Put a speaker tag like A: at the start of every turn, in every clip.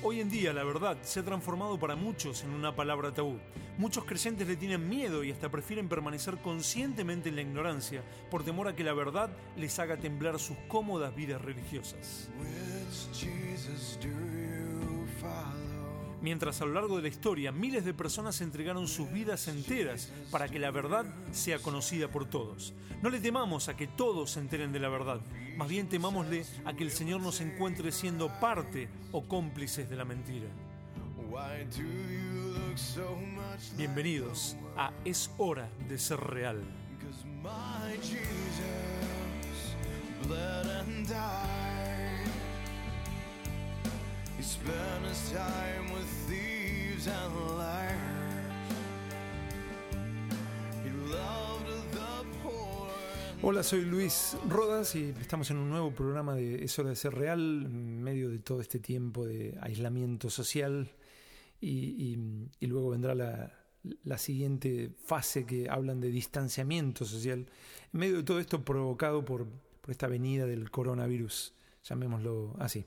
A: Hoy en día la verdad se ha transformado para muchos en una palabra tabú. Muchos creyentes le tienen miedo y hasta prefieren permanecer conscientemente en la ignorancia por temor a que la verdad les haga temblar sus cómodas vidas religiosas. Mientras a lo largo de la historia miles de personas entregaron sus vidas enteras para que la verdad sea conocida por todos. No le temamos a que todos se enteren de la verdad, más bien temámosle a que el Señor nos encuentre siendo parte o cómplices de la mentira. Bienvenidos a Es Hora de Ser Real. He spent his time with thieves and liars. He loved the poor. Hola, soy Luis Rodas y estamos en un nuevo programa de Es Hora de Ser Real en medio de todo este tiempo de aislamiento social y luego vendrá la siguiente fase que hablan de distanciamiento social en medio de todo esto provocado por esta venida del coronavirus, llamémoslo así.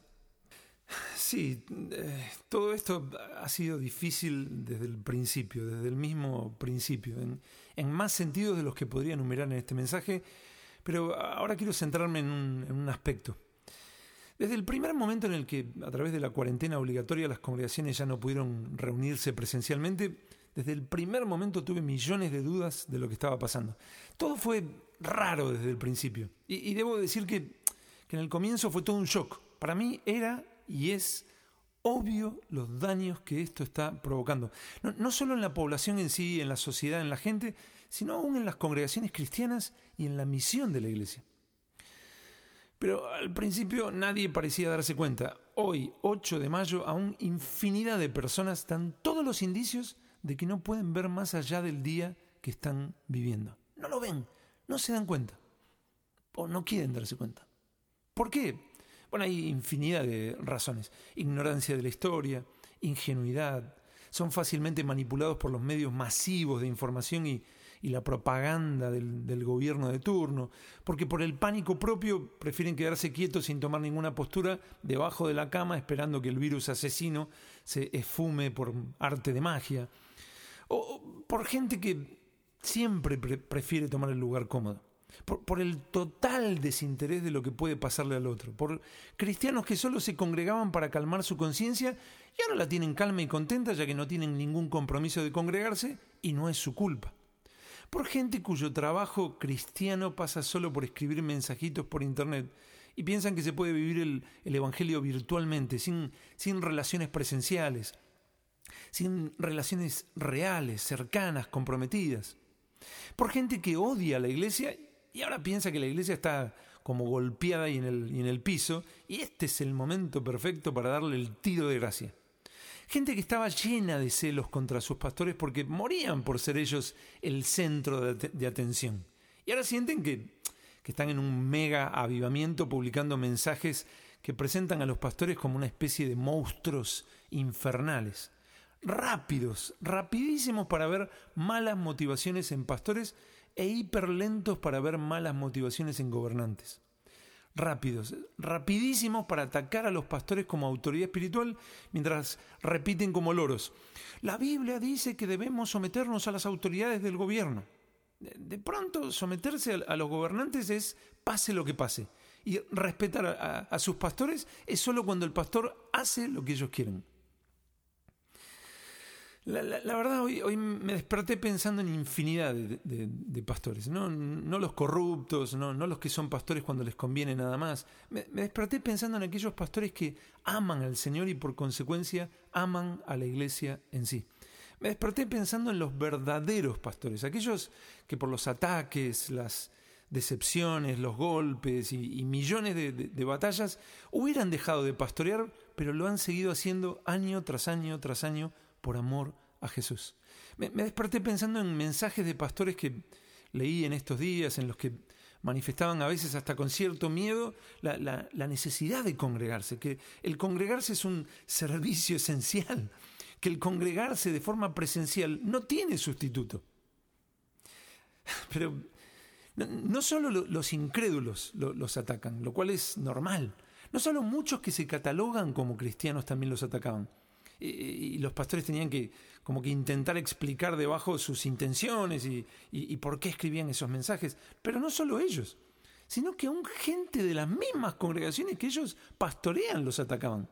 A: Sí, todo esto ha sido difícil desde el principio, desde el mismo principio, en más sentidos de los que podría enumerar en este mensaje, pero ahora quiero centrarme en un aspecto. Desde el primer momento en el que, a través de la cuarentena obligatoria, las congregaciones ya no pudieron reunirse presencialmente, desde el primer momento tuve millones de dudas de lo que estaba pasando. Todo fue raro desde el principio, y debo decir que en el comienzo fue todo un shock. Para mí era y es obvio los daños que esto está provocando. No solo en la población en sí, en la sociedad, en la gente, sino aún en las congregaciones cristianas y en la misión de la iglesia. Pero al principio nadie parecía darse cuenta. Hoy, 8 de mayo, aún infinidad de personas dan todos los indicios de que no pueden ver más allá del día que están viviendo. No lo ven, no se dan cuenta, o no quieren darse cuenta. ¿Por qué? Bueno, hay infinidad de razones. Ignorancia de la historia, ingenuidad, son fácilmente manipulados por los medios masivos de información y la propaganda del gobierno de turno, porque por el pánico propio prefieren quedarse quietos sin tomar ninguna postura debajo de la cama esperando que el virus asesino se esfume por arte de magia, o por gente que siempre prefiere tomar el lugar cómodo. Por el total desinterés de lo que puede pasarle al otro, por cristianos que solo se congregaban para calmar su conciencia y ahora la tienen calma y contenta ya que no tienen ningún compromiso de congregarse y no es su culpa, por gente cuyo trabajo cristiano pasa solo por escribir mensajitos por internet y piensan que se puede vivir el evangelio virtualmente, sin relaciones presenciales, sin relaciones reales, cercanas, comprometidas, por gente que odia a la iglesia y ahora piensa que la iglesia está como golpeada y en el piso, y este es el momento perfecto para darle el tiro de gracia. Gente que estaba llena de celos contra sus pastores porque morían por ser ellos el centro de atención. Y ahora sienten que están en un mega avivamiento publicando mensajes que presentan a los pastores como una especie de monstruos infernales. Rapidísimos para ver malas motivaciones en pastores e hiperlentos para ver malas motivaciones en gobernantes. Rapidísimos para atacar a los pastores como autoridad espiritual mientras repiten como loros: la Biblia dice que debemos someternos a las autoridades del gobierno. De pronto, someterse a los gobernantes es pase lo que pase, y respetar a sus pastores es solo cuando el pastor hace lo que ellos quieren. La verdad, hoy me desperté pensando en infinidad de pastores, no los corruptos, no los que son pastores cuando les conviene nada más. Me desperté pensando en aquellos pastores que aman al Señor y por consecuencia aman a la iglesia en sí. Me desperté pensando en los verdaderos pastores, aquellos que por los ataques, las decepciones, los golpes y millones de batallas hubieran dejado de pastorear, pero lo han seguido haciendo año tras año tras año por amor a Jesús. Me desperté pensando en mensajes de pastores que leí en estos días, en los que manifestaban a veces hasta con cierto miedo la necesidad de congregarse, que el congregarse es un servicio esencial, que el congregarse de forma presencial no tiene sustituto. Pero no solo los incrédulos los atacan, lo cual es normal. No solo muchos que se catalogan como cristianos también los atacaban. Y los pastores tenían que como que intentar explicar debajo sus intenciones y por qué escribían esos mensajes. Pero no solo ellos, sino que aún gente de las mismas congregaciones que ellos pastorean los atacaban.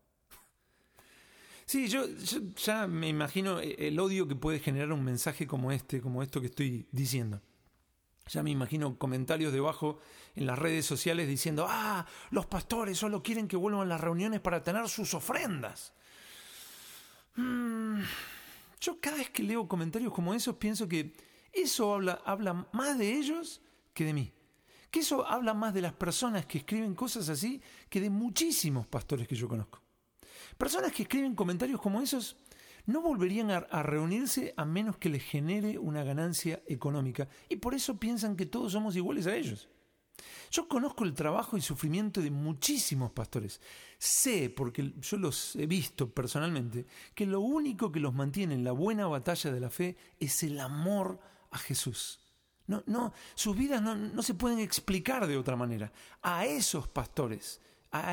A: Sí, yo ya me imagino el odio que puede generar un mensaje como esto que estoy diciendo. Ya me imagino comentarios debajo en las redes sociales diciendo: los pastores solo quieren que vuelvan a las reuniones para tener sus ofrendas. Yo cada vez que leo comentarios como esos pienso que eso habla más de ellos que de mí. Que eso habla más de las personas que escriben cosas así que de muchísimos pastores que yo conozco. Personas que escriben comentarios como esos no volverían a reunirse a menos que les genere una ganancia económica, y por eso piensan que todos somos iguales a ellos. Yo conozco el trabajo y sufrimiento de muchísimos pastores. Sé, porque yo los he visto personalmente, que lo único que los mantiene en la buena batalla de la fe es el amor a Jesús. No, sus vidas no se pueden explicar de otra manera. A esos pastores,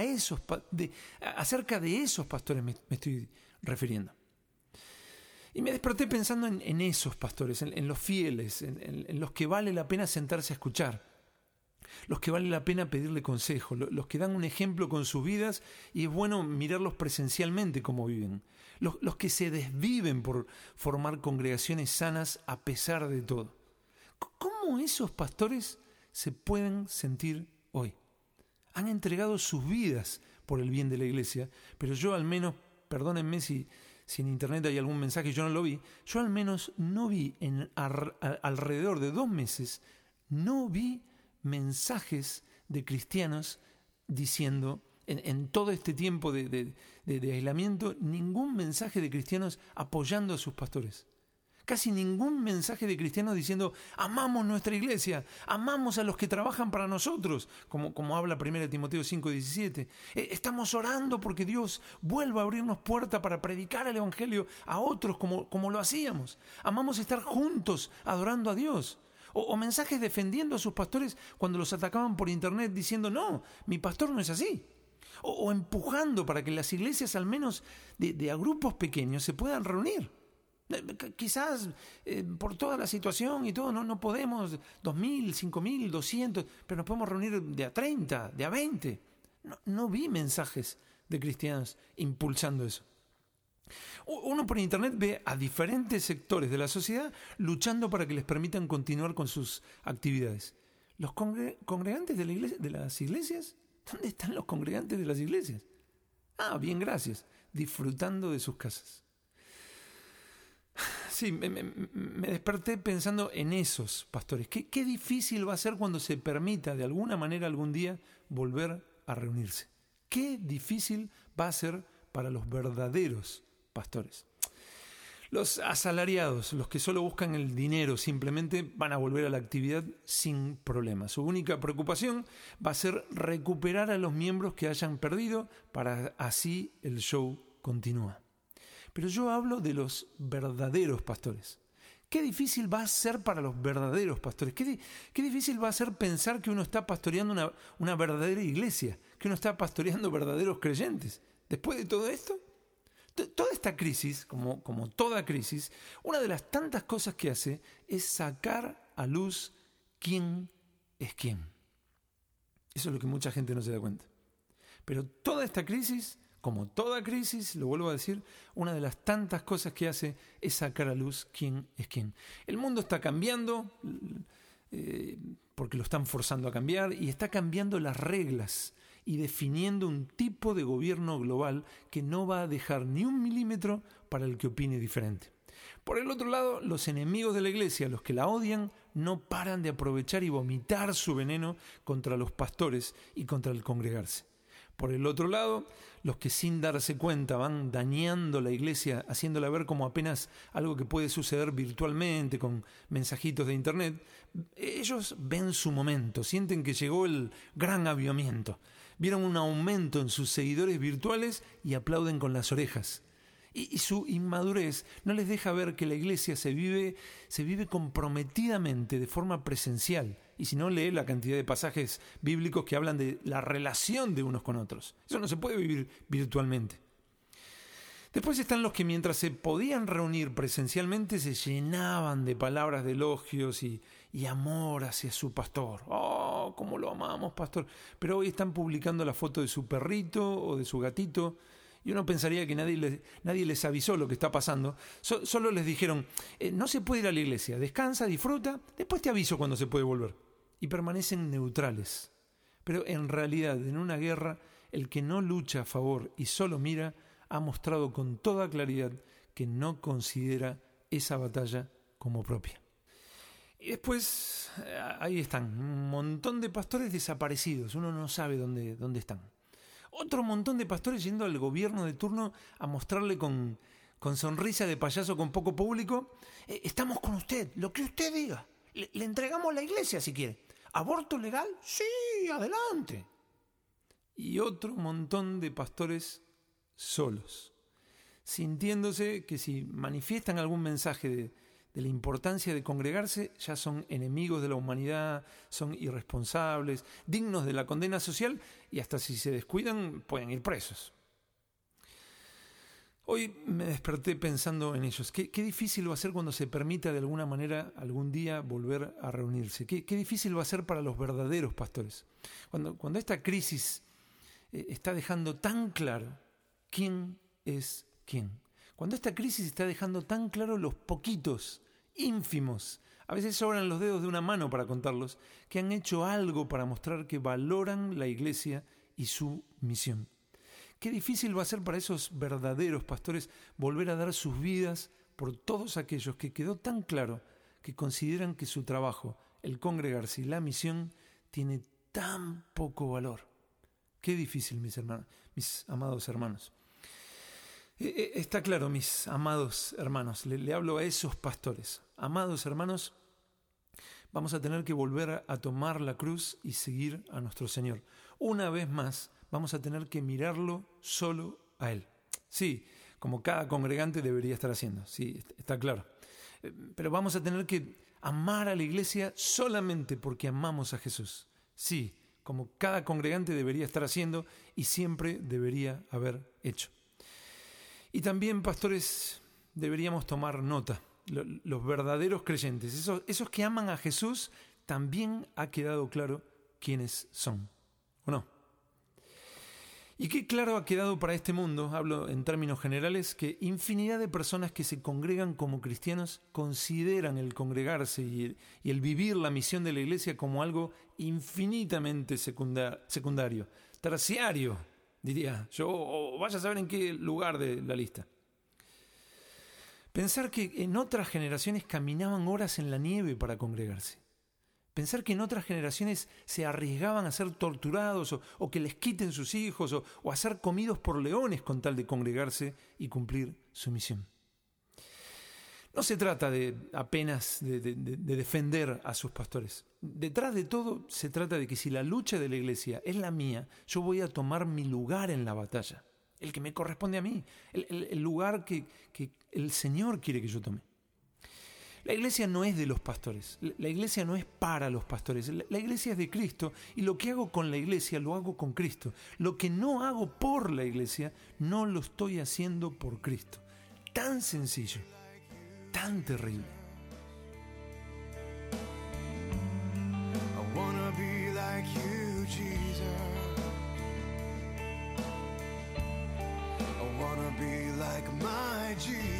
A: acerca de esos pastores me estoy refiriendo. Y me desperté pensando en esos pastores, en los fieles, en los que vale la pena sentarse a escuchar, los que vale la pena pedirle consejo, los que dan un ejemplo con sus vidas y es bueno mirarlos presencialmente cómo viven, los que se desviven por formar congregaciones sanas a pesar de todo. ¿Cómo esos pastores se pueden sentir hoy? Han entregado sus vidas por el bien de la iglesia, pero yo al menos, perdónenme si en internet hay algún mensaje y yo no lo vi, yo al menos no vi alrededor de 2 meses, no vi mensajes de cristianos diciendo, en todo este tiempo de aislamiento, ningún mensaje de cristianos apoyando a sus pastores. Casi ningún mensaje de cristianos diciendo: amamos nuestra iglesia, amamos a los que trabajan para nosotros, como habla 1 Timoteo 5:17. Estamos orando porque Dios vuelva a abrirnos puerta para predicar el evangelio a otros como lo hacíamos. Amamos estar juntos adorando a Dios. O mensajes defendiendo a sus pastores cuando los atacaban por internet diciendo: no, mi pastor no es así. O empujando para que las iglesias, al menos de a grupos pequeños, se puedan reunir. Quizás por toda la situación y todo no podemos 2.000, 5.000, 200, pero nos podemos reunir de a 30, de a 20. No vi mensajes de cristianos impulsando eso. Uno por internet ve a diferentes sectores de la sociedad luchando para que les permitan continuar con sus actividades. ¿Los congregantes de las iglesias? ¿Dónde están los congregantes de las iglesias? Bien, gracias. Disfrutando de sus casas. Sí, me desperté pensando en esos pastores. Qué difícil va a ser cuando se permita de alguna manera algún día volver a reunirse. Qué difícil va a ser para los verdaderos pastores. Los asalariados, los que solo buscan el dinero, simplemente van a volver a la actividad sin problema. Su única preocupación va a ser recuperar a los miembros que hayan perdido para así el show continúa. Pero yo hablo de los verdaderos pastores. Qué difícil va a ser para los verdaderos pastores. Qué difícil va a ser pensar que uno está pastoreando una verdadera iglesia, que uno está pastoreando verdaderos creyentes. Después de todo esto, toda esta crisis, como toda crisis, una de las tantas cosas que hace es sacar a luz quién es quién. Eso es lo que mucha gente no se da cuenta. Pero toda esta crisis, como toda crisis, lo vuelvo a decir, una de las tantas cosas que hace es sacar a luz quién es quién. El mundo está cambiando, porque lo están forzando a cambiar, y está cambiando las reglas y definiendo un tipo de gobierno global que no va a dejar ni 1 milímetro para el que opine diferente. Por el otro lado, los enemigos de la iglesia, los que la odian, no paran de aprovechar y vomitar su veneno contra los pastores y contra el congregarse. Por el otro lado, los que sin darse cuenta van dañando la iglesia, haciéndola ver como apenas algo que puede suceder virtualmente con mensajitos de internet, ellos ven su momento, sienten que llegó el gran avivamiento, vieron un aumento en sus seguidores virtuales y aplauden con las orejas. Y su inmadurez no les deja ver que la iglesia se vive comprometidamente, de forma presencial. Y si no, lee la cantidad de pasajes bíblicos que hablan de la relación de unos con otros. Eso no se puede vivir virtualmente. Después están los que mientras se podían reunir presencialmente se llenaban de palabras de elogios y amor hacia su pastor. ¡Oh, cómo lo amamos, pastor! Pero hoy están publicando la foto de su perrito o de su gatito. Y uno pensaría que nadie les avisó lo que está pasando. Solo les dijeron, no se puede ir a la iglesia, descansa, disfruta, después te aviso cuando se puede volver. Y permanecen neutrales. Pero en realidad, en una guerra, el que no lucha a favor y solo mira, ha mostrado con toda claridad que no considera esa batalla como propia. Y después, ahí están, un montón de pastores desaparecidos, uno no sabe dónde están. Otro montón de pastores yendo al gobierno de turno a mostrarle con sonrisa de payaso con poco público, estamos con usted, lo que usted diga, le entregamos la iglesia si quiere. ¿Aborto legal? Sí, adelante. Y otro montón de pastores solos, sintiéndose que si manifiestan algún mensaje de la importancia de congregarse, ya son enemigos de la humanidad, son irresponsables, dignos de la condena social y hasta si se descuidan pueden ir presos. Hoy me desperté pensando en ellos. Qué difícil va a ser cuando se permita de alguna manera algún día volver a reunirse. Qué difícil va a ser para los verdaderos pastores. Cuando esta crisis está dejando tan claro quién es quién. Cuando esta crisis está dejando tan claro los poquitos, ínfimos, a veces sobran los dedos de una mano para contarlos, que han hecho algo para mostrar que valoran la iglesia y su misión. Qué difícil va a ser para esos verdaderos pastores volver a dar sus vidas por todos aquellos que quedó tan claro que consideran que su trabajo, el congregarse y la misión, tiene tan poco valor. Qué difícil, mis amados hermanos. Está claro, mis amados hermanos, le hablo a esos pastores. Amados hermanos, vamos a tener que volver a tomar la cruz y seguir a nuestro Señor. Una vez más, vamos a tener que mirarlo solo a Él. Sí, como cada congregante debería estar haciendo, sí, está claro. Pero vamos a tener que amar a la iglesia solamente porque amamos a Jesús. Sí, como cada congregante debería estar haciendo y siempre debería haber hecho. Y también, pastores, deberíamos tomar nota. Los verdaderos creyentes, esos que aman a Jesús, también ha quedado claro quiénes son, ¿o no? Y qué claro ha quedado para este mundo, hablo en términos generales, que infinidad de personas que se congregan como cristianos consideran el congregarse y el vivir la misión de la iglesia como algo infinitamente secundario, terciario, diría yo, o vaya a saber en qué lugar de la lista. Pensar que en otras generaciones caminaban horas en la nieve para congregarse. Pensar que en otras generaciones se arriesgaban a ser torturados o que les quiten sus hijos o a ser comidos por leones con tal de congregarse y cumplir su misión. No se trata apenas de defender a sus pastores. Detrás de todo se trata de que si la lucha de la iglesia es la mía, yo voy a tomar mi lugar en la batalla, el que me corresponde a mí, el lugar que el Señor quiere que yo tome. La iglesia no es de los pastores, la iglesia no es para los pastores, la iglesia es de Cristo y lo que hago con la iglesia lo hago con Cristo. Lo que no hago por la iglesia no lo estoy haciendo por Cristo. Tan sencillo, tan terrible.
B: I wanna be like you, Jesus. I wanna be like my Jesus.